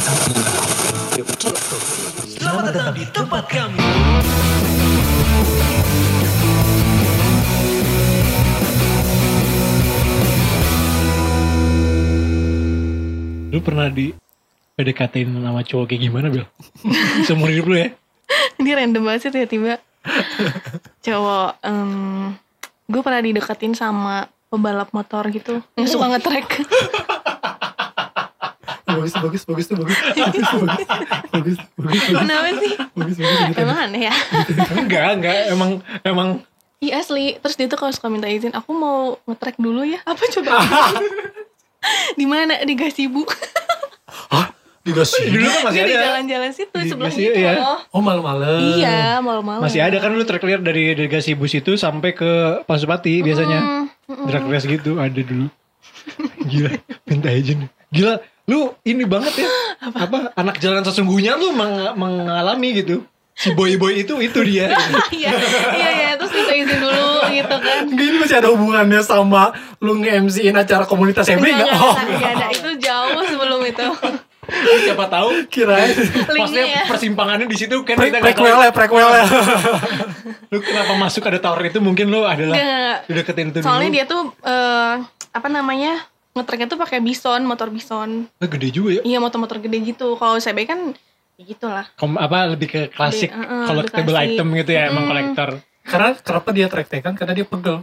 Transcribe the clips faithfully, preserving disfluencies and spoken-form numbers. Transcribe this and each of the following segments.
Selamat datang di tempat kami. Lu pernah di P D K T-in sama cowok kayak gimana, Bel? Seumur hidup lu ya? Ini random banget sih tiba-tiba. Cowok, um, gue pernah dideketin sama pembalap motor gitu yang suka nge-track. bagus bagus bagus tuh bagus bagus bagus bagus bagus Kenapa sih? bagus bagus Emang aneh ya? enggak enggak emang emang Iya asli. Terus dia tuh kalau suka minta izin, aku mau nge-track dulu ya. Apa coba? Di mana? Di gazebo. hah di gazebo Dulu kan masih Di ada. jalan-jalan situ Di sebelum gazebo, itu ya. loh. oh malam-malam Iya, malam-malam. Masih ada kan lu track liar dari dari gazebo situ sampai ke Pasupati biasanya. Mm, mm, Drag race gitu ada dulu. Gila, minta izin. Gila, lu ini banget ya. Apa? Apa anak jalan sesungguhnya lu meng- mengalami gitu. Si boy-boy itu itu dia. Iya, iya, iya. Terus minta izin dulu gitu kan. Enggak, ini masih ada hubungannya sama lu nge-M C-in acara komunitas M B Enggak, enggak? enggak, Oh, enggak, enggak ada. Itu jauh sebelum itu. Siapa tahu kirain Linknya maksudnya ya. persimpangannya di situ kan Pre- kita nggak tahu. prequel ya, prequel ya. Lu kenapa masuk ada tower itu mungkin lu adalah Enggak, enggak. dideketin itu Soalnya dulu. dia tuh eh, apa namanya? Nge-tracknya tuh pakai bison, motor bison. Nah, gede juga ya. Iya, motor-motor gede gitu. Kalau C B kan ya gitulah. Kom, apa lebih ke klasik Lebih, uh-uh, collectible lebih klasik. item gitu ya emang Mm. kolektor. Karena kenapa dia track-trackan? Karena dia pegel.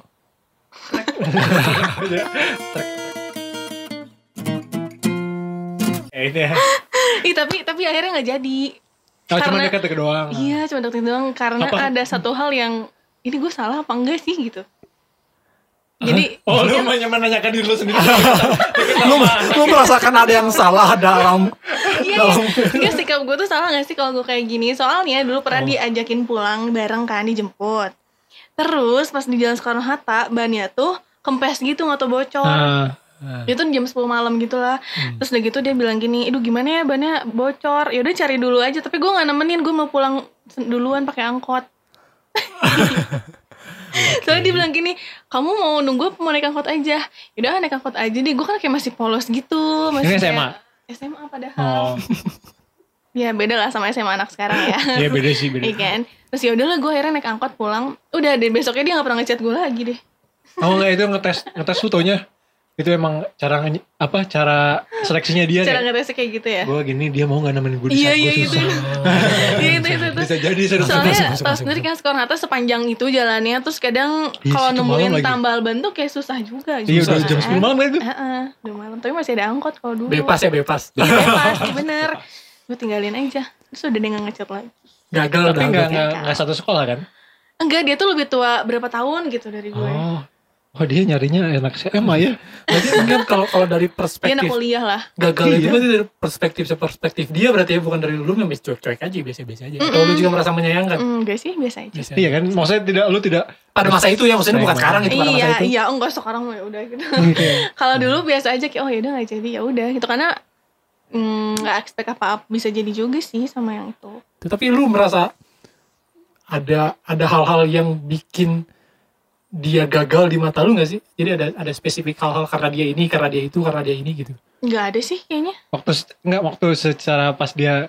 Ya ini ya. Ih, tapi tapi akhirnya nggak jadi. Oh, cuma Karena- deket doang. Iya, cuma deketin doang karena Apa? ada satu hal yang ini gue salah apa enggak sih gitu. Jadi Oh, lu hanya menanyakan diri lu sendiri. lu, lu merasakan ada yang salah dalam iya, dalam iya, sikap gue tuh salah gak sih kalau gue kayak gini? Soalnya dulu pernah Oh. diajakin pulang bareng kan, dijemput. Terus pas di Jalan Soekarno-Hatta, bannya tuh kempes gitu, gak tau bocor. Ah, ah. Dia tuh jam sepuluh malam gitu lah. Terus udah gitu dia bilang gini, "Aduh gimana ya bannya bocor." Ya udah cari dulu aja, tapi gue gak nemenin, gue mau pulang sen- duluan pakai angkot. Soalnya dia bilang gini, "Kamu mau nunggu apa mau naik angkot aja?" Yaudah naik angkot aja deh, gue kan kayak masih polos gitu. Masih Ini S M A? kayak- S M A padahal. Oh, Ya beda lah sama S M A anak sekarang ya. iya beda sih beda. Iya kan. Terus ya udahlah gue akhirnya naik angkot pulang. Udah deh besoknya dia nggak pernah ngechat gue lagi deh. Oh enggak itu ngetes ngetes fotonya. Itu emang cara nge- apa cara seleksinya dia Cara kayak ngetesnya kayak gitu ya. gue gini dia mau gak nemenin gue di Iya saat iya gue itu. susah. Iya itu itu. Terus Bisa jadi serius. soalnya masuk, masuk, tau masuk, sendiri masuk. kan Soekarno-Hatta sepanjang itu jalannya. Terus kadang Iya, kalau situ malam nemuin lagi. tambal ban tuh kayak susah juga. Iya udah Susah jam sepuluh malam kan itu. Heeh, udah malam. Tapi masih ada angkot kalau dulu. bebas ya bebas. Iya bebas, bener. Gue tinggalin aja. Terus udah dia nggak ngechat lagi. Gagal Tapi dah. enggak berarti. enggak enggak satu sekolah kan? Enggak, dia tuh lebih tua berapa tahun gitu dari gue. Oh. Oh dia nyarinya enak S M A ya. Berarti kan kalau kalau dari Dia anak perspektif kuliah lah. gagal Iya. itu berarti dari perspektif seperspektif dia berarti ya, bukan dari lu yang cuek-cuek aja biasa-biasa aja. Atau lu juga merasa menyayangkan? Enggak sih, biasa aja. Biasa. Iya kan? Maksudnya tidak lu tidak Pada masa itu ya, maksudnya bukan Iya. sekarang itu pada masa Iya, itu. iya, enggak sekarang mah ya udah gitu. Kalau dulu biasa aja kayak oh ya udah nggak jadi ya udah gitu karena mm, nggak expect apa-apa bisa jadi juga sih sama yang itu. Tapi lu merasa ada ada hal-hal yang bikin dia gagal di mata lu gak sih? Jadi ada ada spesifik hal-hal karena dia ini, karena dia itu, karena dia ini gitu. Nggak ada sih kayaknya. waktu enggak waktu secara pas dia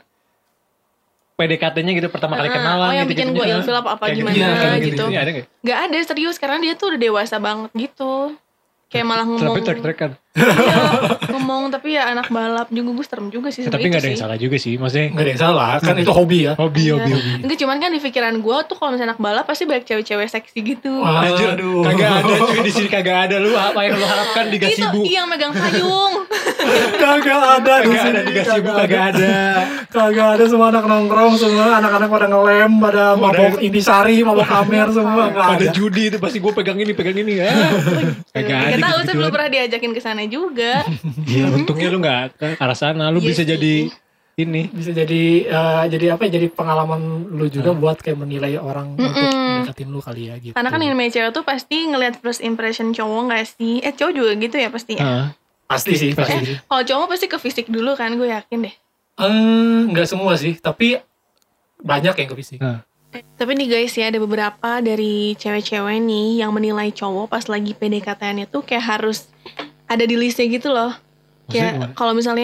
P D K T-nya gitu pertama kali Heeh. kenalan Oh, yang gitu bikin gue ilfil apa-apa Kayak gimana Iya, kayak gitu. Iya ada nggak? Nggak ada serius karena dia tuh udah dewasa banget gitu. Kayak malah ngomong. Tapi trek-trekan. Iya, ngomong tapi ya anak balap juga gue serem juga sih. Ya, sama tapi nggak itu ada yang sih. salah juga sih. Maksudnya Gak ada yang salah, kan itu hobi ya. hobi Iya. hobi hobi. Enggak cuman kan di pikiran gue tuh kalau misalnya anak balap pasti banyak cewek-cewek seksi gitu. Wah, Anjir, aduh. kagak ada cuy di sini kagak ada lu apa yang lu harapkan di Itu gazebo? yang megang payung. Kagak ada di Kagak sini. ada di gazebo kagak ada. Kagak ada, semua anak nongkrong, semua anak-anak pada ngelem, pada mabok intisari, mabok amer semua. Gak Pada ada. judi itu pasti gue pegang ini pegang ini ya. Kagak ada. Gak tahu saya gitu-gituan. belum pernah diajakin ke sana juga. Iya untungnya lu nggak ke arah sana lu Iya bisa sih. jadi ini. Bisa jadi eh, jadi apa ya, jadi pengalaman lu juga buat kayak menilai orang untuk mendekatin lu kali ya gitu. Karena kan yang namanya cewek tuh pasti ngelihat first impression cowok gak sih? Eh cowok juga gitu ya pasti ya? Ah, Pasti sih, pasti sih. Kalau cowok pasti ke fisik dulu kan, gue yakin deh. Eh, nggak semua sih, tapi banyak yang ke fisik. ah. Tapi nih guys ya, ada beberapa dari cewek-cewek nih yang menilai cowok pas lagi P D K T-annya tuh kayak harus ada di listnya gitu loh. Maksudnya Kayak kalau misalnya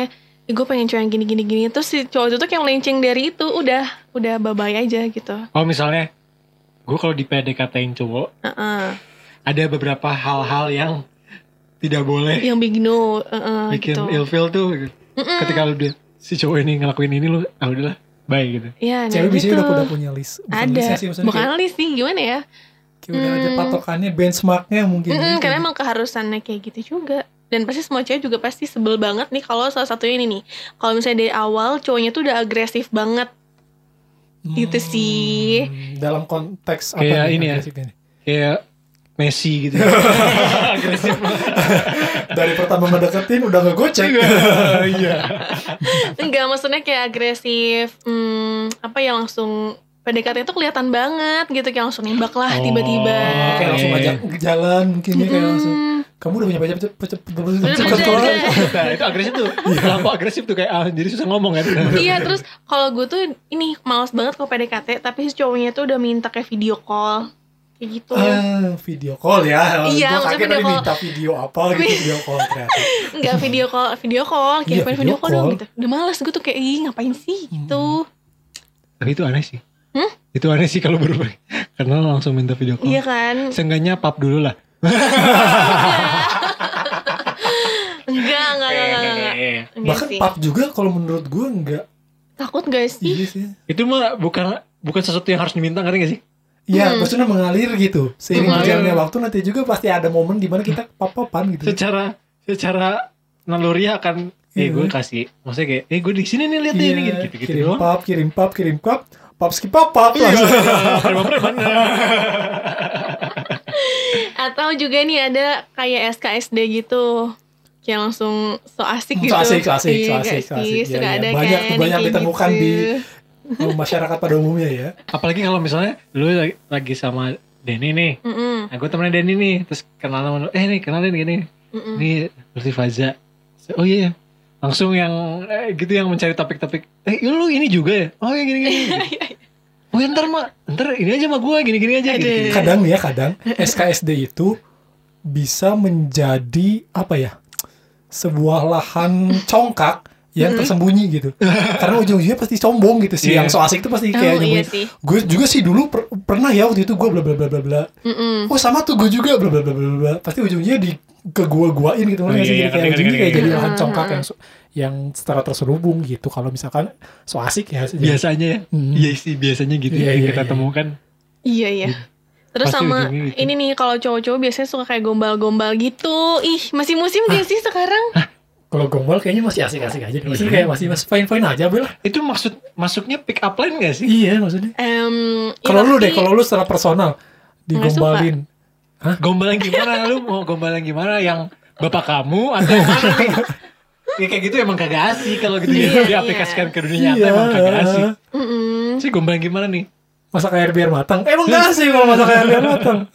gue pengen cowok yang gini gini gini, terus si cowok itu tuh kayak melenceng dari itu, udah udah bye-bye aja gitu. Oh misalnya gue kalau di P D K T-in cowok, uh-uh. ada beberapa hal-hal yang tidak boleh, yang bikin no, uh-uh, bikin gitu. ilfeel tuh gitu. Ketika lu dia si cowok ini ngelakuin ini, lu ah udahlah bye gitu. Ya, nah cewek gitu. biasanya udah, udah punya list. Bukan ada listnya sih, bukan kayak, list sih, gimana ya, kayak udah ada patokannya, benchmarknya mungkin. Mm-mm, gitu. karena emang keharusannya kayak gitu juga. Dan pasti semua cewek juga pasti sebel banget nih kalau salah satunya ini nih, kalau misalnya dari awal cowoknya tuh udah agresif banget. Hmm, gitu sih. Dalam konteks kayak apa nih, ini ya, agresifnya? kayak Messi gitu. Agresif. Dari pertama ngedeketin udah ngegocek. Iya. Enggak, maksudnya kayak agresif, hmm, apa ya, langsung P D K T itu kelihatan banget gitu, kayak langsung nembak lah Oh, tiba-tiba. Kayak langsung Iya, ngajak jalan mungkin ya, kayak langsung. Kamu udah punya pacar cepet Nah, itu agresif tuh. Terlalu agresif tuh kayak ah, jadi susah ngomong kan. Iya, terus kalau gue tuh ini malas banget kalau P D K T, tapi si cowoknya tuh udah minta kayak video call. Kayak gitu. Ah, video call ya. Iya, Gue kaget maksudnya tadi video call. minta video apa gitu, video call ternyata. Enggak, video call, video call, kayak Iya, pengen video video call dong call. gitu. Udah males gue tuh kayak, ih ngapain sih gitu. Tapi itu aneh sih. Hmm? Itu aneh sih kalau baru karena langsung minta video call. Iya kan? Seenggaknya pap dulu lah. Enggak, enggak, enggak, enggak, enggak. Enggak Bahkan sih. pap juga kalau menurut gue enggak. Takut gak sih? Iya sih. Itu mah bukan bukan sesuatu yang harus diminta, ngerti gak sih? Iya, Hmm. maksudnya mengalir gitu. Seiring Mengalir. berjalannya waktu nanti juga pasti ada momen di mana kita pap-papan gitu. Secara secara naluri akan eh Iya. gue kasih, maksudnya kayak eh gue di sini nih lihat Iya, ini gitu gitu kirim doang. pap, kirim pap, kirim pap, pap skip pap, pap Iya, langsung. preman-preman. Atau juga nih ada kayak S K S D gitu, kayak langsung so asik So gitu. asik, so asik, Iya so gak asik, so sih? asik. Suka Iya, iya. ada Banyak kan tuh, banyak kayak ditemukan gitu. di oh, masyarakat pada umumnya ya. Apalagi kalau misalnya lu lagi, lagi sama Denny nih, Mm-mm, nah gue temenin Denny nih, terus kenalan sama lu, eh nih kenalin gini, mm-mm. nih Lutfi Faza. Oh iya, langsung yang eh, gitu yang mencari topik-topik. Eh lu ini juga ya? Oh ya gini-gini. Oh ya ntar mah, ntar ini aja sama gue gini-gini aja. Gitu, gitu. Kadang nih ya, kadang S K S D itu bisa menjadi apa ya? Sebuah lahan congkak yang tersembunyi gitu. Karena ujung-ujungnya pasti sombong gitu sih. Iya. Yang so asik itu pasti Oh, kayak iya nyembunyi. sih. Gue juga sih dulu per- pernah ya waktu itu gue bla bla bla bla bla. Mm-mm. Oh sama tuh gue juga bla bla bla bla bla. Pasti ujungnya di ke gua-guain gitu. Oh, Ngerti nggak sih? iya, Jadi kayak ngerti, ujungnya ngerti, kayak jadi ngerti. lahan congkak yang so- yang secara terselubung gitu. Kalau misalkan so asik ya. Biasanya ya, Hmm. iya sih biasanya gitu Iya, yang iya, kita iya. temukan. Iya, iya. Terus Pasti sama ujungnya gitu. ini nih, kalau cowok-cowok biasanya suka kayak gombal-gombal gitu. Ih, masih musim gak sih sekarang? Kalau gombal kayaknya masih asik-asik aja. Maksudnya kayak masih masih fine-fine aja bel. Itu maksud masuknya pick up line gak sih? Iya maksudnya. Em, ya Kalau lu tapi- deh, kalau lu secara personal digombalin. Gombal yang gimana? Lu mau gombal yang gimana? Yang bapak kamu atau yang mana nih? Ya kayak gitu emang kagak asik kalau gitu Iya, ya diaplikasikan ke dunia nyata emang kagak asik. Mm-mm. Sih gombal yang gimana nih? Masak air biar matang. Emang gak asik kalau masak air biar matang.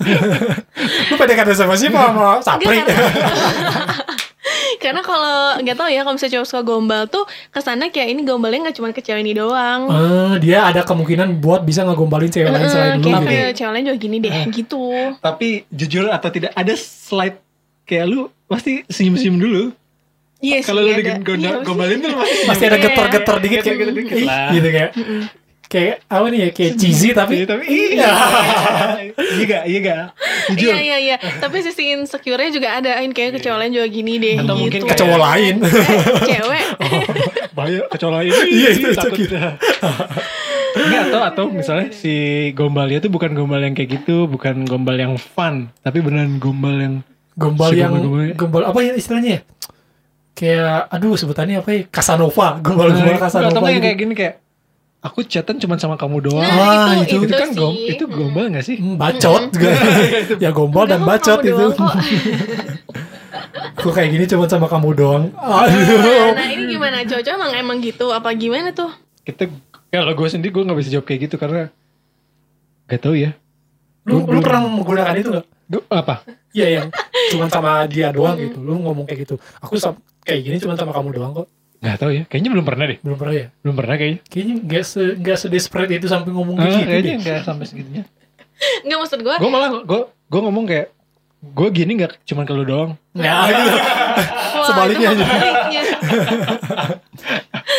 Lu pada kata sama siapa sama Sapri? Enggak, karena- Karena kalau nggak tahu ya, kalau misalnya cowok suka gombal tuh kesannya kayak ini gombalnya nggak cuma ke cewek ini doang. Ah, dia ada kemungkinan buat bisa ngegombalin cewek lain selain Eh, lu kayak gitu. kayak cewek lain juga gini deh gitu. Tapi jujur atau tidak ada slide kayak lu pasti senyum-senyum dulu. Iya sih. Kalau lu ada. digombalin Iya, gombalin tuh lu pasti Pasti ada Iya. geter-geter dikit kayak Geter-geter dikit ih, lah. gitu kayak. Kayak apa nih ya? Kayak cheesy tapi Iya, tapi iya. Iya gak? Iya gak? Jujur. Iya iya iya. Tapi sisi insecure-nya juga ada. Ini kayak ke cewek lain juga gini deh. Atau gitu. mungkin ke cowok lain. Eh, cewek. Bahaya kecolok ini. Iya, itu takut. Enggak, atau atau misalnya si gombalnya tuh bukan gombal yang kayak gitu, bukan gombal yang fun, tapi beneran gombal yang Gombal Si yang gombal-gombalnya. gombal apa ya istilahnya ya? Kayak aduh sebutannya apa ya? Casanova, gombal-gombal Casanova. atau yang gitu. kayak gini kayak aku chatan cuma sama kamu doang. Nah, Ah, itu, itu itu, kan sih. gom, itu gombal gak sih? Hmm, bacot juga. Ya gombal dan Udah, kok bacot kamu itu. doang kok. Kok kayak gini cuma sama kamu doang. Nah, Aduh. nah ini gimana? Cowok emang emang gitu? Apa gimana tuh? Kita kalau gue sendiri gue nggak bisa jawab kayak gitu karena gak tahu ya. Lu, lu pernah menggunakan itu gak? Gue apa? Iya yang cuma sama dia doang gitu. Lu ngomong kayak gitu. Aku sam- kayak gini cuma sama kamu doang kok. Gak tahu ya. Kayaknya belum pernah deh. Belum pernah ya? Belum pernah kayaknya. Kayaknya gak, se gak sedesperate itu sampai ngomong Ah, kayak gitu kayaknya deh. nggak sampai segitunya. Nggak, maksud gue. Gue malah gue gue ngomong kayak gue gini nggak cuma ke lu doang. Ya gitu. Wah, sebaliknya itu aja. sebaliknya.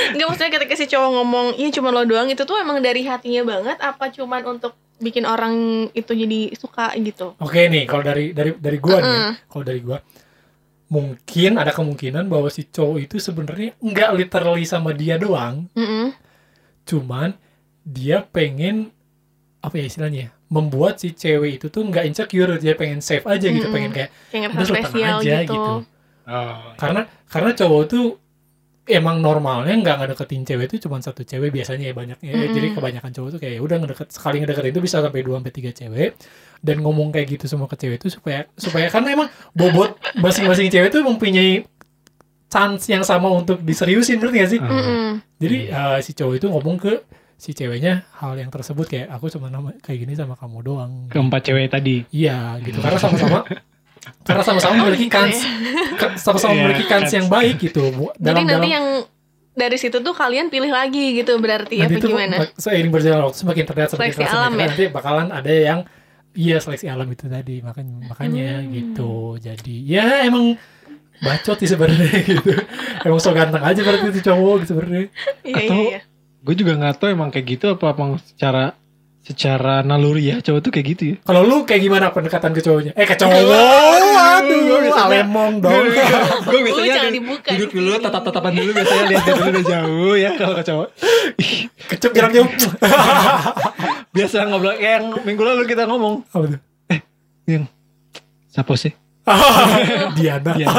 Enggak, maksudnya ketika si cowok ngomong iya cuma lo doang, itu tuh emang dari hatinya banget apa cuman untuk bikin orang itu jadi suka gitu? Oke nih, kalau dari dari dari gua nih, ya, kalau dari gua mungkin ada kemungkinan bahwa si cowok itu sebenarnya nggak literally sama dia doang, Mm-mm. cuman dia pengen apa ya istilahnya, membuat si cewek itu tuh nggak insecure, dia pengen safe aja gitu, Mm-mm. pengen kayak Kayak udah ngerasa lu tenang spesial aja gitu. gitu. Oh, Karena karena cowok tuh emang normalnya nggak ngedeketin cewek itu cuma satu cewek biasanya ya banyaknya. Mm-mm. Jadi kebanyakan cowok tuh kayak ya udah ngedeket, sekali ngedeketin itu bisa sampai dua sampai tiga cewek, dan ngomong kayak gitu semua ke cewek itu supaya supaya karena emang bobot masing-masing cewek tuh mempunyai chance yang sama untuk diseriusin, ngerti gak sih? Ah. Mm-mm. Jadi uh, si cowok itu ngomong ke si ceweknya hal yang tersebut kayak aku cuma nama kayak gini sama kamu doang. keempat cewek tadi. Iya gitu, karena sama-sama karena sama-sama memiliki gitu kans ke- sama-sama Iya, memiliki kans kans. yang baik gitu. Bu- Jadi dalam nanti dalam yang dari situ tuh kalian pilih lagi gitu berarti nanti apa tuh gimana? bak- seiring berjalan waktu semakin terlihat semakin Seleksi terlihat semakin alam terlihat, ya? nanti bakalan ada yang iya seleksi alam itu tadi, makanya makanya Hmm. gitu. Jadi ya emang bacot sih sebenarnya gitu. Emang so ganteng aja berarti itu cowok gitu sebenarnya. Iya Atau iya iya. gue juga nggak tahu emang kayak gitu apa emang secara secara naluri ya cowok tuh kayak gitu ya. Kalau lu kayak gimana pendekatan ke cowoknya? Eh ke cowok. Gua Aduh, biasanya- alemong dong. Gue Uh, jangan dibuka duduk di dulu, sini. tatap-tatapan dulu biasanya, lihat dulu udah jauh ya kalau ke cowok. Kecup jarak jauh. Biasa ngobrol yang minggu lalu kita ngomong. Apa tuh? Yang siapa sih? Diana. Iya.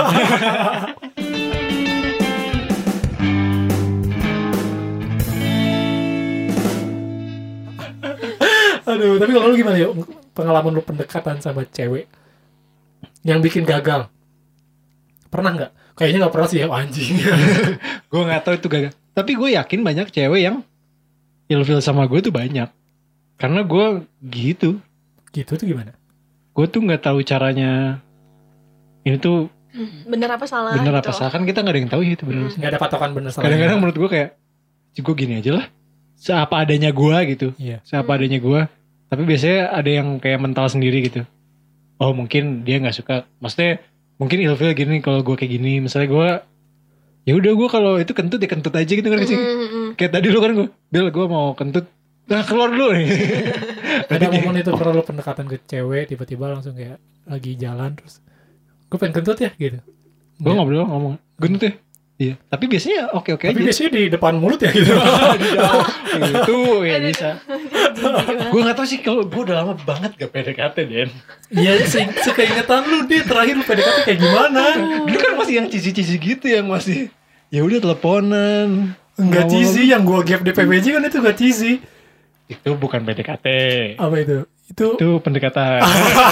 Aduh, tapi kalau lu gimana yuk pengalaman lu pendekatan sama cewek yang bikin gagal? Pernah nggak? Kayaknya nggak pernah sih ya, anjing. Gue nggak tahu itu gagal. Tapi gue yakin banyak cewek yang ilfil sama gue tuh banyak. Karena gue gitu. Gitu tuh gimana? Gue tuh nggak tahu caranya. Ini tuh Bener apa salah? bener gitu. apa salah, kan kita nggak ada yang tahu ya itu bener. Hmm. Nggak ada patokan bener salah. Kadang-kadang menurut gue kayak, gue gini aja lah. Seapa adanya gue gitu. Iya. Seapa Hmm. adanya gue. Tapi biasanya ada yang kayak mental sendiri gitu. Oh mungkin dia nggak suka. Maksudnya mungkin ilfil gini kalau gue kayak gini. Misalnya gue, ya udah gue kalau itu kentut ya kentut aja gitu kan sih. Mm-mm. Kayak tadi lu kan gue, Bel gue mau kentut. Nah keluar dulu nih. Ada momen itu pernah lu pendekatan ke cewek tiba-tiba langsung kayak lagi jalan terus gue pengen kentut ya gitu. Gue ngobrol ngomong kentut ya. Iya. Tapi biasanya oke-oke aja. Tapi biasanya di depan mulut ya gitu. Itu ya bisa. Gue gak tahu sih kalau gue udah lama banget gak P D K T Den. Iya, se- sekeingetan lu deh terakhir lu P D K T kayak gimana? Dulu kan masih yang cici-cici gitu yang masih ya udah teleponan. Enggak Ngomong- cheesy, yang gua gap di P B J kan itu enggak cheesy. Itu bukan P D K T. Apa itu? Itu Itu pendekatan.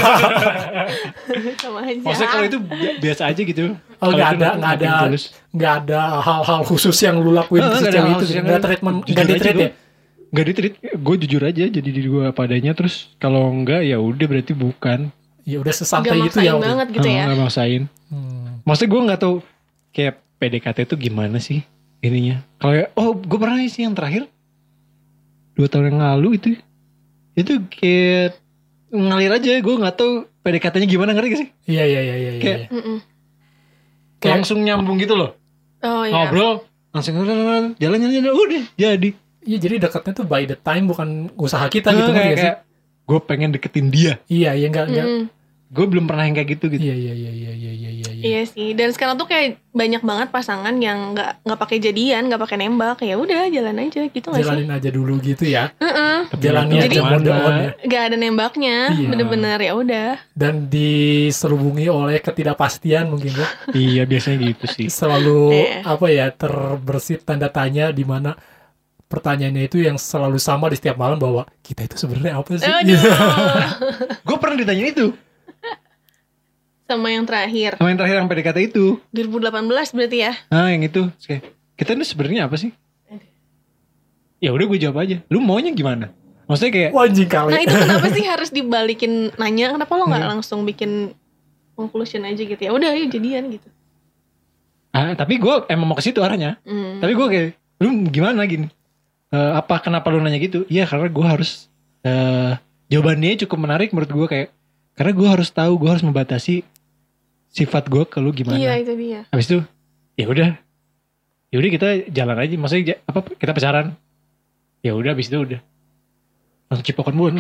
Sama aja. Maksudnya kalau itu bi- biasa aja gitu. Oh, Kalau nggak itu ada, makin nggak ada, tulus. nggak ada hal-hal khusus yang lu lakuin Ah, ke si nggak ada cewek hal itu, khusus yang- nggak treatment, jujur nggak di aja treat gua. ya? Gak di treat, gue jujur aja jadi diri gue apa adanya. Terus kalau enggak ya udah berarti bukan. Ya udah Gak sesantai itu maksain ya. udah. banget gitu ya. Ah, nggak maksain. Hmm. Maksudnya gue nggak tahu kayak P D K T itu gimana sih ininya. Kalau ya- oh gue pernah sih yang terakhir dua tahun yang lalu itu itu kayak ngalir aja. Gue nggak tahu P D K T-nya gimana, ngerti gak sih? Iya iya iya iya. Kayak- iya. Mm-mm. Kayak- Langsung nyambung gitu loh. Oh iya. Ngobrol langsung jalan-jalan udah jadi. Iya jadi dekatnya tuh by the time bukan usaha kita Nah, gitu kayak, ngerti nggak sih? kayak gue pengen deketin dia. Iya iya enggak enggak. Mm-mm. Gue belum pernah yang kayak gitu gitu. Iya iya iya iya iya iya iya. Iya sih. Dan sekarang tuh kayak banyak banget pasangan yang nggak nggak pakai jadian, nggak pakai nembak. Ya udah jalan aja gitu nggak sih? Jalanin aja dulu gitu ya. Heeh. Tapi Jalannya nggak Jadi- tahu aja on the kemana. on ya. Gak ada nembaknya. Iya. Bener-bener ya udah. Dan diserubungi oleh ketidakpastian mungkin ya. Iya biasanya gitu sih. Selalu Iya. apa ya terbersit tanda tanya di mana pertanyaannya itu yang selalu sama di setiap malam bahwa kita itu sebenarnya apa sih? Aduh. Gue pernah ditanya itu Sama yang terakhir. sama yang terakhir yang P D K T itu. dua ribu delapan belas berarti ya. Nah yang itu Terus kayak, kita ini sebenarnya apa sih? Ya udah gue jawab aja. Lu maunya gimana? Maksudnya kayak Wah, anjing kali. Nah itu kenapa sih harus dibalikin nanya? Kenapa lo nggak Hmm. langsung bikin conclusion aja gitu ya? Udah ayo jadian gitu. ah, tapi gue emang mau ke situ arahnya. Hmm. Tapi gue kayak lu gimana gini? Eh, apa kenapa lu nanya gitu? Iya karena gue harus eh jawabannya cukup menarik menurut gue kayak karena gue harus tahu gue harus membatasi sifat gue ke lu gimana. Iya itu dia. Habis itu ya udah ya udah kita jalan aja, maksudnya ja- apa kita pacaran. Ya udah abis itu udah langsung cipokan bulan.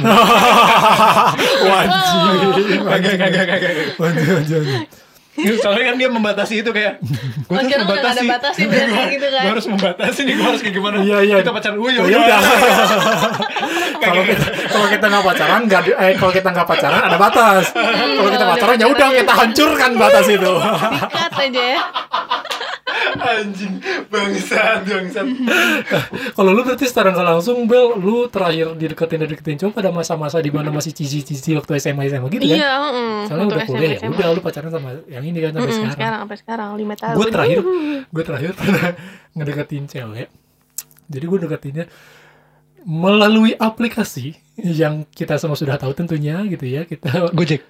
Wajib. Kagak kagak kagak. Wajib, wajib. Soalnya kan dia membatasi itu kayak gue Oh, kira lu nggak ada batas sih berarti gitu kan. Gue harus membatasi nih, gue harus kayak gimana. Iya, iya. Kita pacaran, gue ya Oh, ya udah. udah. Kalau kita kalau kita nggak pacaran nggak di- eh kalau kita nggak pacaran ada batas. Kalau kita Kalau pacaran ya ada udah pacaran kita hancurkan batas itu. Dikat aja ya. Anjing, bangsat, bangsat. Kalau lu berarti secara nggak langsung Bel, lu terakhir dideketin deketin cowok pada masa-masa di mana masih cici-cici waktu S M A S M A gitu kan? Iya, heeh. Soalnya Waktu udah kuliah ya S M A. udah lu pacaran sama yang ini kan sampai Mm-mm, sekarang. sekarang sampai sekarang lima tahun. Gue terakhir gue terakhir pernah ngedeketin cewek. Jadi gue deketinnya melalui aplikasi yang kita semua sudah tahu tentunya gitu ya. Kita Gojek.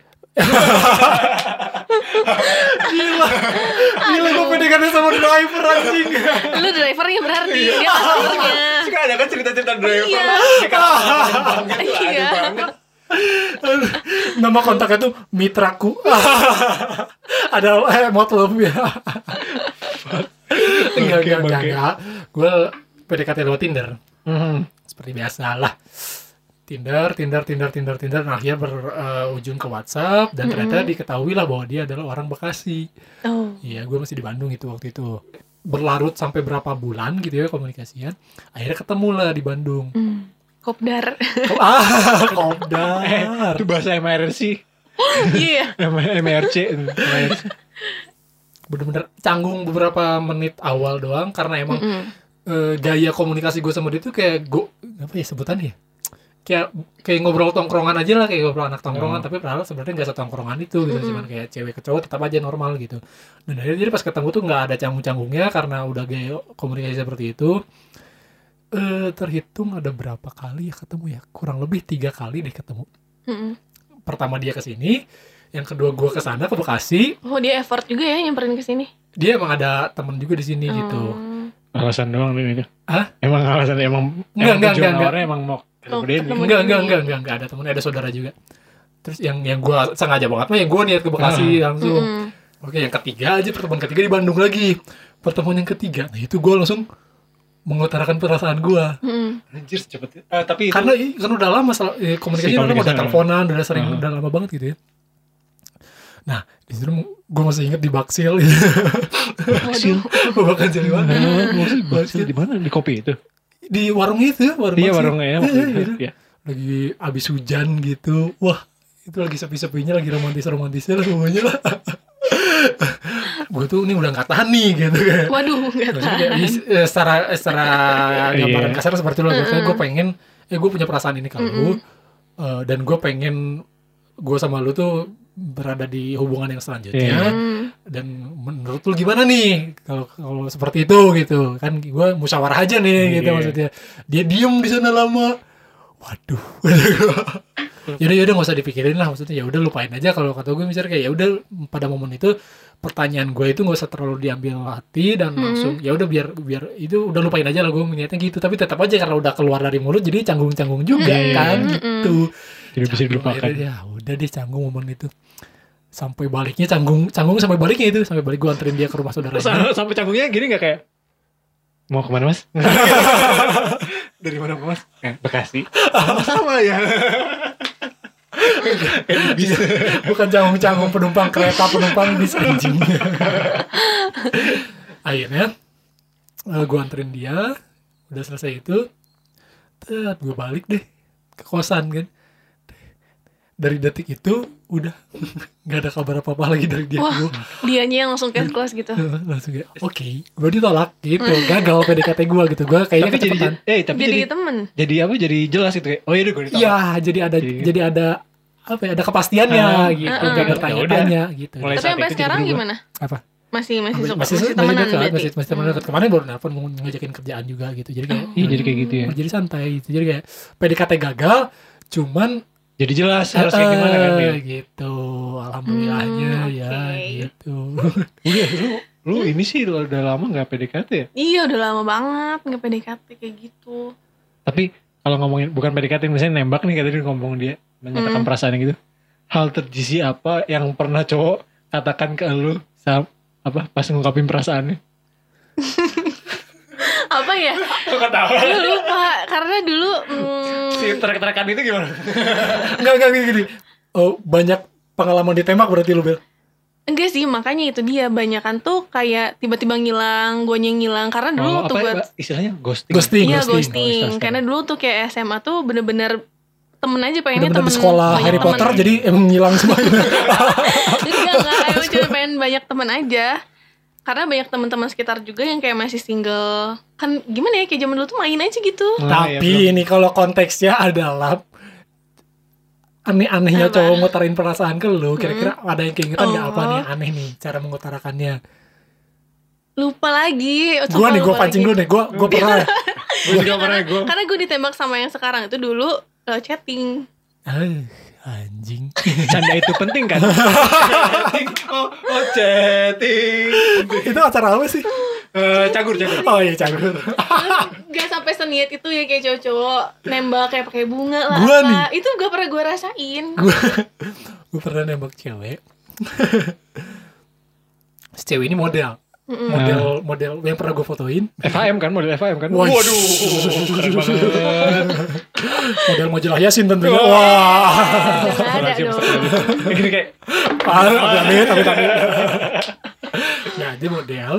gila. Gila gue P D K T sama driver anjing. Lu drivernya berarti dia customernya. Suka ada kan cerita-cerita driver. Iya. Di kampung gitu, Iya. ada banget. Nama kontaknya tuh Mitraku. Ada eh motlove ya. Enggak, enggak, enggak, enggak. Gue P D K T lewat Tinder. Mhm. Seperti biasa lah. Tinder, Tinder, Tinder, Tinder, Tinder. Nah, akhirnya berujung ke WhatsApp. Dan ternyata diketahui lah bahwa dia adalah orang Bekasi. Oh. Iya, gue masih di Bandung itu waktu itu. Berlarut sampai berapa bulan gitu ya komunikasian. Akhirnya ketemu lah di Bandung. Hmm. Kopdar. Oh, ah, kopdar. Itu bahasa M R C. Iya. M R C. Bener-bener canggung beberapa menit awal doang. Karena emang Mm-mm. eh, gaya komunikasi gue sama dia tuh kayak go, apa ya sebutannya ya? Kayak kayak ngobrol tongkrongan aja lah, kayak ngobrol anak tongkrongan, Hmm. tapi padahal sebenarnya nggak setongkrongan itu gitu, cuman kayak cewek ke cowok tetap aja normal gitu. Dan akhirnya jadi pas ketemu tuh nggak ada canggung-canggungnya karena udah gaya komunikasi seperti itu. Eh terhitung ada berapa kali ya ketemu ya? Kurang lebih tiga kali deh ketemu. Mm-mm. Pertama dia ke sini, yang kedua gua ke sana ke Bekasi. Oh, dia effort juga ya nyamperin ke sini. Dia emang ada temen juga di sini gitu. Hmm. Alasan doang nih itu. Hah? Emang alasan emang Enggak, emang enggak, tujuan enggak, awalnya emang mau Oh, ketemu dia nih. ketemu. Enggak, di enggak, sini. enggak, enggak, enggak ada temennya, ada saudara juga. Terus yang yang gue sengaja banget mah yang gue niat ke Bekasi langsung. Mm-mm. Oke, yang ketiga aja pertemuan ketiga di Bandung lagi. Pertemuan yang ketiga, nah itu gue langsung mengutarakan perasaan gue. Mm-mm. Anjir secepat. Eh, tapi itu Karena i- kan udah lama sel- eh, komunikasi Si udah lama, udah komunikasi, teleponan, udah sering, Uh-huh. udah lama banget gitu ya. Nah, di situ gue masih inget di Baksil. Waduh. Babakan Jaliwan. Baksil di mana? Di kopi itu. Di warung itu, warung Iya Baksil. warungnya ya. waktu itu. Iya. Lagi abis hujan gitu, wah itu lagi sepi-sepinya, lagi romantis-romantisnya lah semuanya lah. Gue tuh ini udah nggak tahan nih gitu kan. Waduh, enggak Maksudnya tahan. kayak, is- eh, secara eh, secara gambaran Iya. kasar seperti itu, gue gue pengen, eh gue punya perasaan ini ke lu, Mm-mm. eh, dan gue pengen gue sama lu tuh berada di hubungan yang selanjutnya. Iya. Hmm. Dan menurut lu gimana nih kalau kalau seperti itu gitu kan, gue musyawarah aja nih gitu Iya. maksudnya. Dia diem di sana lama, waduh. Yaudah yaudah nggak usah dipikirin lah, maksudnya ya udah lupain aja. Kalau kata gue misalnya kayak ya udah pada momen itu pertanyaan gue itu nggak usah terlalu diambil hati dan Hmm. langsung ya udah biar biar itu udah lupain aja lah, gue niatnya gitu. Tapi tetap aja karena udah keluar dari mulut jadi canggung-canggung juga Hmm. kan Hmm. gitu. Jadi bisa dilupakan. Akhirnya, ya udah deh canggung momen itu. Sampai baliknya canggung, canggung sampai baliknya itu, sampai balik gue anterin dia ke rumah saudaranya. Sa- Sampai canggungnya gini nggak kayak mau kemana mas? Dari mana mas? Eh, Bekasi. Sama ya. Bisa. Bukan canggung-canggung penumpang kereta, penumpang bis anjing. Akhirnya gue anterin dia, udah selesai itu, gue balik deh ke kosan kan. Dari detik itu udah nggak ada kabar apa-apa lagi dari dia. Wah. Gua Dianya yang langsung ke kelas gitu. langsung kayak oke, gue ditolak gitu, gagal P D K T gue gitu, gue kayaknya Tapi jadi kecepatan. eh tapi Jadi jadi temen. jadi apa? Jadi jelas itu kayak oh iya gue ditolak. Iya, jadi ada Jadi- jadi ada apa ya, ada kepastiannya Ah, gitu, ah, nggak ah. bertanya-tanya gitu. Mulai Tapi saat sampai itu jadi sekarang berubah. gimana? Apa? Masih masih suka masih masih masih temenan dekat, berarti. masih masih temenan dekat. Kemarin baru nelfon mau ngajakin kerjaan juga gitu. Jadi kayak Iya jadi kayak gitu ya. jadi santai gitu. Jadi kayak P D K T gagal, cuman Jadi jelas harus kayak gimana kan eh, ya. gitu. Alhamdulillahnya Hmm, ya oke. gitu. Udah lu lu ini sih lu udah lama nggak P D K T ya? Iya, udah lama banget nggak P D K T kayak gitu. Tapi kalau ngomongin bukan P D K T misalnya nembak nih kayak tadi ngomong dia menyatakan Hmm. perasaan gitu. Hal terjisi apa yang pernah cowok katakan ke lu saat apa pas ngungkapin perasaannya? ya? Kok ketawa? Gue lupa karena dulu hmm, Si trek-trekan itu gimana? Enggak, enggak gini. Oh, banyak pengalaman ditembak berarti lu, Bel? enggak sih, makanya itu dia banyakan tuh kayak tiba-tiba ngilang, guanya ngilang karena dulu Oh, waktu apa gue ya, istilahnya ghosting. Ghosting. iya ghosting. ghosting, Oh, karena dulu tuh kayak S M A tuh bener-bener temen aja pengennya Bener-bener temen di sekolah banyak Harry temen. Potter jadi emang ngilang semua gitu. Enggak, enggak, emang cuma pengen banyak teman aja. Karena banyak teman-teman sekitar juga yang kayak masih single. Kan gimana ya, kayak zaman dulu tuh main aja gitu. Nah, iya, Tapi ini kalau konteksnya adalah aneh-anehnya Apa? cowok ngutarin perasaan ke lu, kira-kira ada yang keingetan nggak Oh. apa nih aneh nih cara mengutarakannya? Lupa lagi. Oh, Gue coba nih, gue lupa pancing lagi. dulu nih, gue gue pernah. Gue juga pernah gue. Karena gue ditembak sama yang sekarang itu dulu uh, chatting. Ah, anjing. Canda itu penting kan? Chatting. Oh, oh chatting. Itu acara apa sih? Eh, cagur cagur. Oh iya cagur. Gak sampai seniat itu ya kayak cowok-cowok nembak kayak pakai bunga lah. Gua apa. nih. Itu gak pernah gue rasain. Gue gue pernah nembak cewek. Si cewek ini model. Model model yang pernah gue fotoin. F H M kan, model F H M kan. Wah. Waduh, keren banget. Model majalah Yasin tentunya. Wah. Gak ada Siap, dong. siap. Gini kayak Ah, amit, amit, amit. Nah, dia model.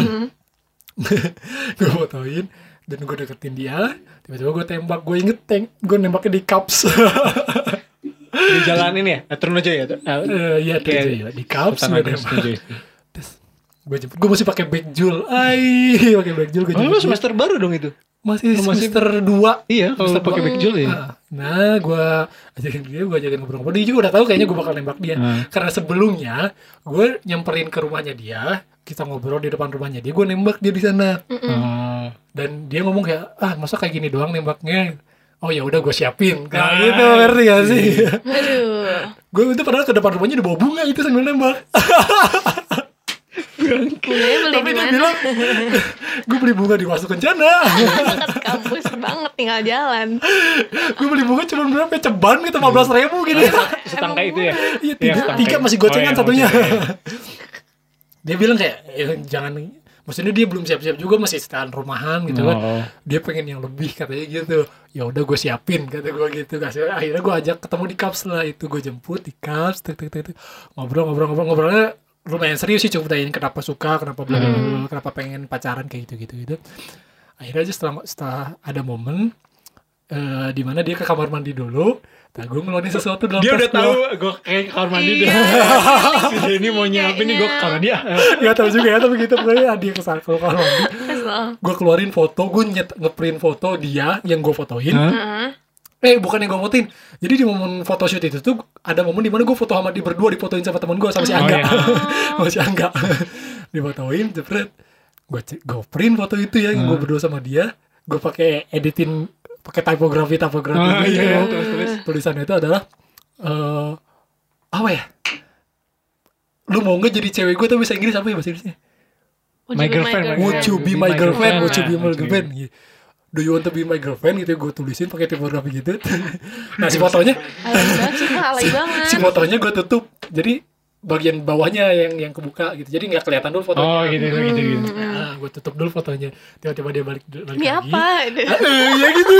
Gue fotoin dan gue deketin dia. Tiba-tiba gue tembak. Gue inget teng, gue nembaknya di Cups. di jalan ini ya, Trunojoyo ya. Eh, Iya, Kayak di, di Cups Sultan gue Agung nembak. Trunojoyo. Terus gue jemput. Gue masih pakai backjul. Ai, pakai backjul gue Oh, lu jemput. semester baru dong itu? Masih lu masih- semester dua. Iya, kalau Semester pakai dua. backjul ya. Ah, Nah, gue ajakin dia, gue ajakin ngobrol-ngobrol. Dia juga udah tahu kayaknya gue bakal nembak dia. Hmm. Karena sebelumnya gue nyamperin ke rumahnya dia, kita ngobrol di depan rumahnya dia, gue nembak dia di sana. Oh. Dan dia ngomong kayak, ah masa kayak gini doang nembaknya? Oh ya udah gue siapin. Kayak Ah, gitu, ngerti gak sih? Aduh. Gue itu padahal ke depan rumahnya udah bawa bunga itu sambil nembak. Bunganya beli Tapi di dia mana? bilang, gue beli bunga di Wastu Kencana. Dekat kampus banget, tinggal jalan. Gue beli bunga cuma berapa? Ceban gitu, lima belas ribu gitu. Setangka itu ya? Iya, Iya, tiga, setangka. tiga masih gocengan Oh, iya, satunya. gocengan. Dia bilang kayak, eh, jangan, maksudnya dia belum siap-siap juga, masih setelan rumahan gitu kan. Oh. Dia pengen yang lebih katanya gitu. Ya udah gue siapin kata gue gitu. Kasih akhirnya gue ajak ketemu di Cups lah, itu gue jemput di Cups, tek tek tek tek. ngobrol ngobrol ngobrol ngobrolnya lumayan serius sih, coba tanyain kenapa suka, kenapa bla bla bla, kenapa pengen pacaran kayak gitu gitu gitu. Akhirnya aja setelah setelah ada momen eh di mana dia ke kamar mandi dulu. Nah, gue ngeluarin sesuatu dalam Dia tas udah tahu gua. gue kayak ke kamar mandi Iya. deh. Si ini mau nyiapin nih gue ke kamar dia. Gak tau juga ya, tapi gitu pokoknya dia kesana ke kamar mandi. Kesel. Gue keluarin foto, gue nyet ngeprint foto dia yang gue fotoin. Hah? Heeh. Eh bukan yang gue fotoin. Jadi di momen photoshoot itu tuh ada momen di mana gue foto sama dia berdua, difotoin sama teman gue, sama si Oh, Angga. iya. Sama si Angga. Difotoin, jepret. Gue cek, gue print foto itu ya, yang gue Hmm. berdua sama dia. Gue pakai editin, pakai tipografi tipografi Oh, gitu. iya, terus, terus. Tulisannya itu adalah eh apa ya? Lu mau nggak jadi cewek gue tapi bahasa Inggris apa ya bahasa Inggrisnya? Would My you be girlfriend, my Would you be my girlfriend? Would you be my Nah, girlfriend? Gitu. Do you want to be my girlfriend? Gitu gue tulisin pakai tipografi gitu. Nah si fotonya, Alay banget sih, Pak, alay banget. si fotonya gue tutup. Jadi bagian bawahnya yang yang kebuka gitu. Jadi nggak kelihatan dulu fotonya. Oh gitu gitu gitu. Nah, gue tutup dulu fotonya. Tiba-tiba dia balik balik Ini lagi. apa? Eh, ya gitu.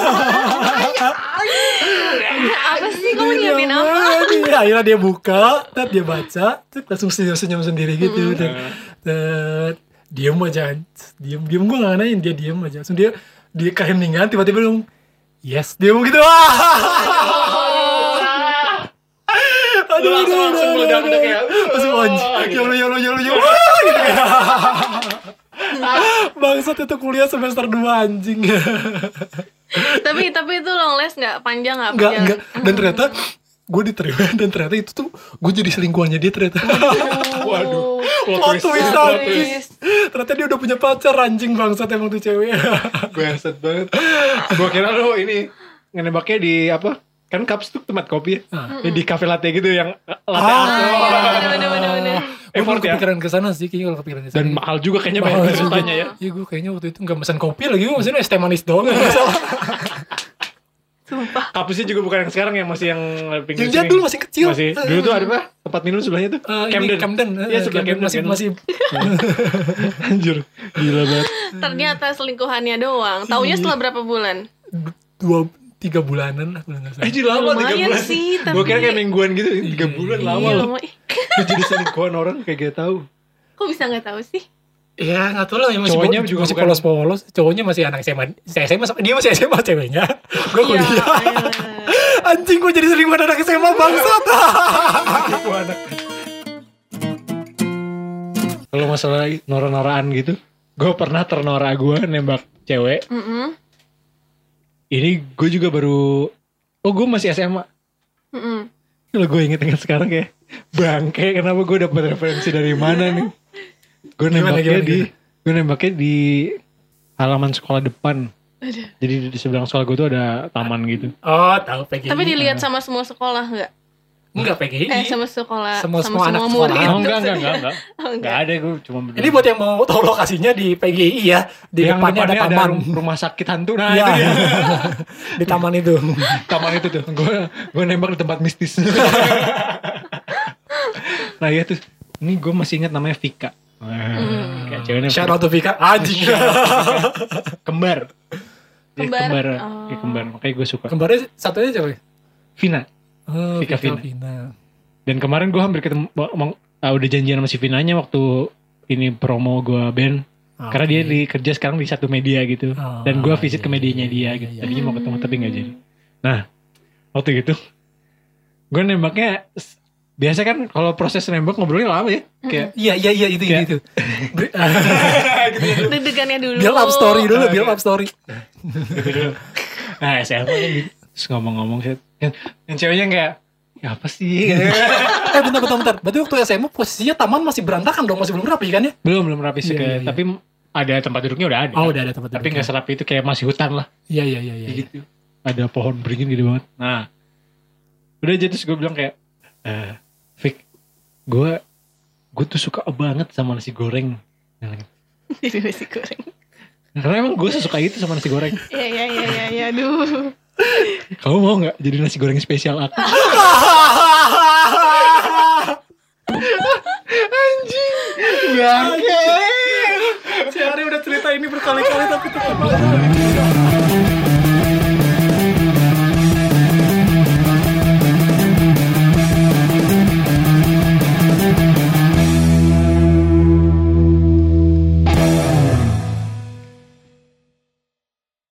Apa sih, kamu nyiapin Iya, apa? iya. Akhirnya dia buka, tet dia baca, tet langsung senyum-senyum sendiri gitu. Dan, tet, diem aja, diem diem gue nggak nanyain, dia diem aja. Langsung dia dia keheningan, tiba-tiba bilang yes, dia mau gitu. Wah. Aduh, Langsung- aduh, langsung aduh, meledak aduh, udah aduh. kayak, Langsung "Wah," anjing, gitu. yolo yolo yolo yolo, wah, gitu kayak. Bangsat itu kuliah semester dua anjing. Tapi tapi itu long last nggak panjang nggak? Enggak, panjang? enggak. Dan ternyata gue diterima dan ternyata itu tuh gue jadi selingkuhannya dia ternyata. Waduh. Plot Plot twist, twist plot anjing. twist. Ternyata dia udah punya pacar anjing bangsat emang tuh cewek. Bangsat banget. Gue kira lu ini nembaknya di apa? Kan Cups tuh tempat kopi ya. Ah. Ya, di cafe latte gitu yang latte Ah, art. iya, bener, bener, bener, bener. Gue Effort belum ya. kepikiran kesana sih kayaknya kalau kepikiran kesana. Dan mahal juga kayaknya Mahal bayar juga. ceritanya ya. Iya gue kayaknya waktu itu gak pesan kopi lagi, gue mesennya es teh manis doang. Gak masalah. Sumpah. Kampusnya juga bukan yang sekarang ya, masih yang pinggir Yang dulu masih kecil. Masih dulu tuh ada apa? Tempat minum sebelahnya tuh. Uh, Camden. Ini Camden. Iya, sebelah Camden. Masih masih Anjir, gila banget. Ternyata selingkuhannya doang. Taunya setelah berapa bulan? dua tiga bulanan lah kalau nggak salah. Anjir lama tiga Lumayan bulan. sih, tapi- Gue kira kayak mingguan gitu, tiga bulan Iya, lama Iya, loh. lama. Terus jadi selingkuhan orang kayak gak tahu. Kok bisa nggak tahu sih? Ya nggak tahu lah, masih Cowoknya bo- juga masih bukan- polos-polos. Cowoknya masih anak S M A. S M A sama- dia masih S M A ceweknya. Gue Iya, kuliah. iya. Anjing, gue jadi sering banget anak S M A bangsat. Gua anak. Kalau masalah nora-noraan gitu, gue pernah ternora gue nembak cewek. Mm-mm. Ini gue juga baru, oh gue masih S M A. Mm-mm. Kalau gue inget-inget sekarang kayak bangke, kenapa gue dapet referensi dari mana nih? Gue Gimana, nembaknya gimana, di, gimana? gue nembaknya di halaman sekolah depan. Aduh. Jadi di sebelah sekolah gue tuh ada taman gitu. Oh, tahu P G I. Tapi dilihat sama semua sekolah nggak? Enggak P G I. Eh sama sekolah, Semua- sama semua anak semua murid. sekolah. Oh enggak, enggak, enggak, enggak. Oh, Enggak enggak. ada, gue cuma Ini buat yang mau tahu lokasinya di P G I ya. Di yang depannya, ada taman. rum- rumah sakit hantu. Nah Iya. itu dia. Di taman itu. Taman itu tuh. Gue gue nembak di tempat mistis. Nah ya tuh, ini gue masih ingat namanya Vika. Wah, kayak ceweknya Shout out to Vika. Anjing. kembar. Dia Kembar? kembar. Oh. Dia kembar. Makanya gue suka. Kembarnya satunya siapa? Vina. Oh, Vika Vika Vina. Vina. Dan kemarin gue hampir ketemu, mau- ah, udah janjian sama si Vinanya waktu ini promo gue band. Oh, Karena dia oke. di kerja sekarang di satu media gitu. Oh, Dan gue visit iya, ke medianya iya, dia iya, gitu. iya. Tadinya mau ketemu tapi gak jadi. Nah, waktu itu gue nembaknya s- biasa kan kalau proses nembak ngobrolnya lama ya. Kayak Iya, iya, iya, itu, Kayak- itu. Ber- Deg-degannya dulu. Build up story dulu, build up story. gitu dulu. Nah, S M A kan gitu. Terus ngomong-ngomong sih. Yang, yang ceweknya kayak, ya apa sih? Eh, bentar, bentar, bentar. Berarti waktu S M A posisinya taman masih berantakan dong, masih belum rapi kan ya? belum, belum rapi sih. Iya, kayak- iya, iya. Tapi ada tempat duduknya udah ada. Oh, udah ada tempat Tapi duduknya. gak serapi itu, kayak masih hutan lah. Iya, iya, iya, iya. Kayak gitu. Ada pohon beringin gitu banget. Nah, udah aja terus gue bilang kayak, eh, Vic, gue gue tuh suka banget sama nasi goreng. Jadi nasi goreng. Karena emang gue sesuka itu sama nasi goreng. Iya, iya, iya, iya, iya, aduh. Kamu mau nggak jadi nasi goreng spesial aku? Anjing, gak Si Ari udah cerita ini berkali-kali tapi tetap aja.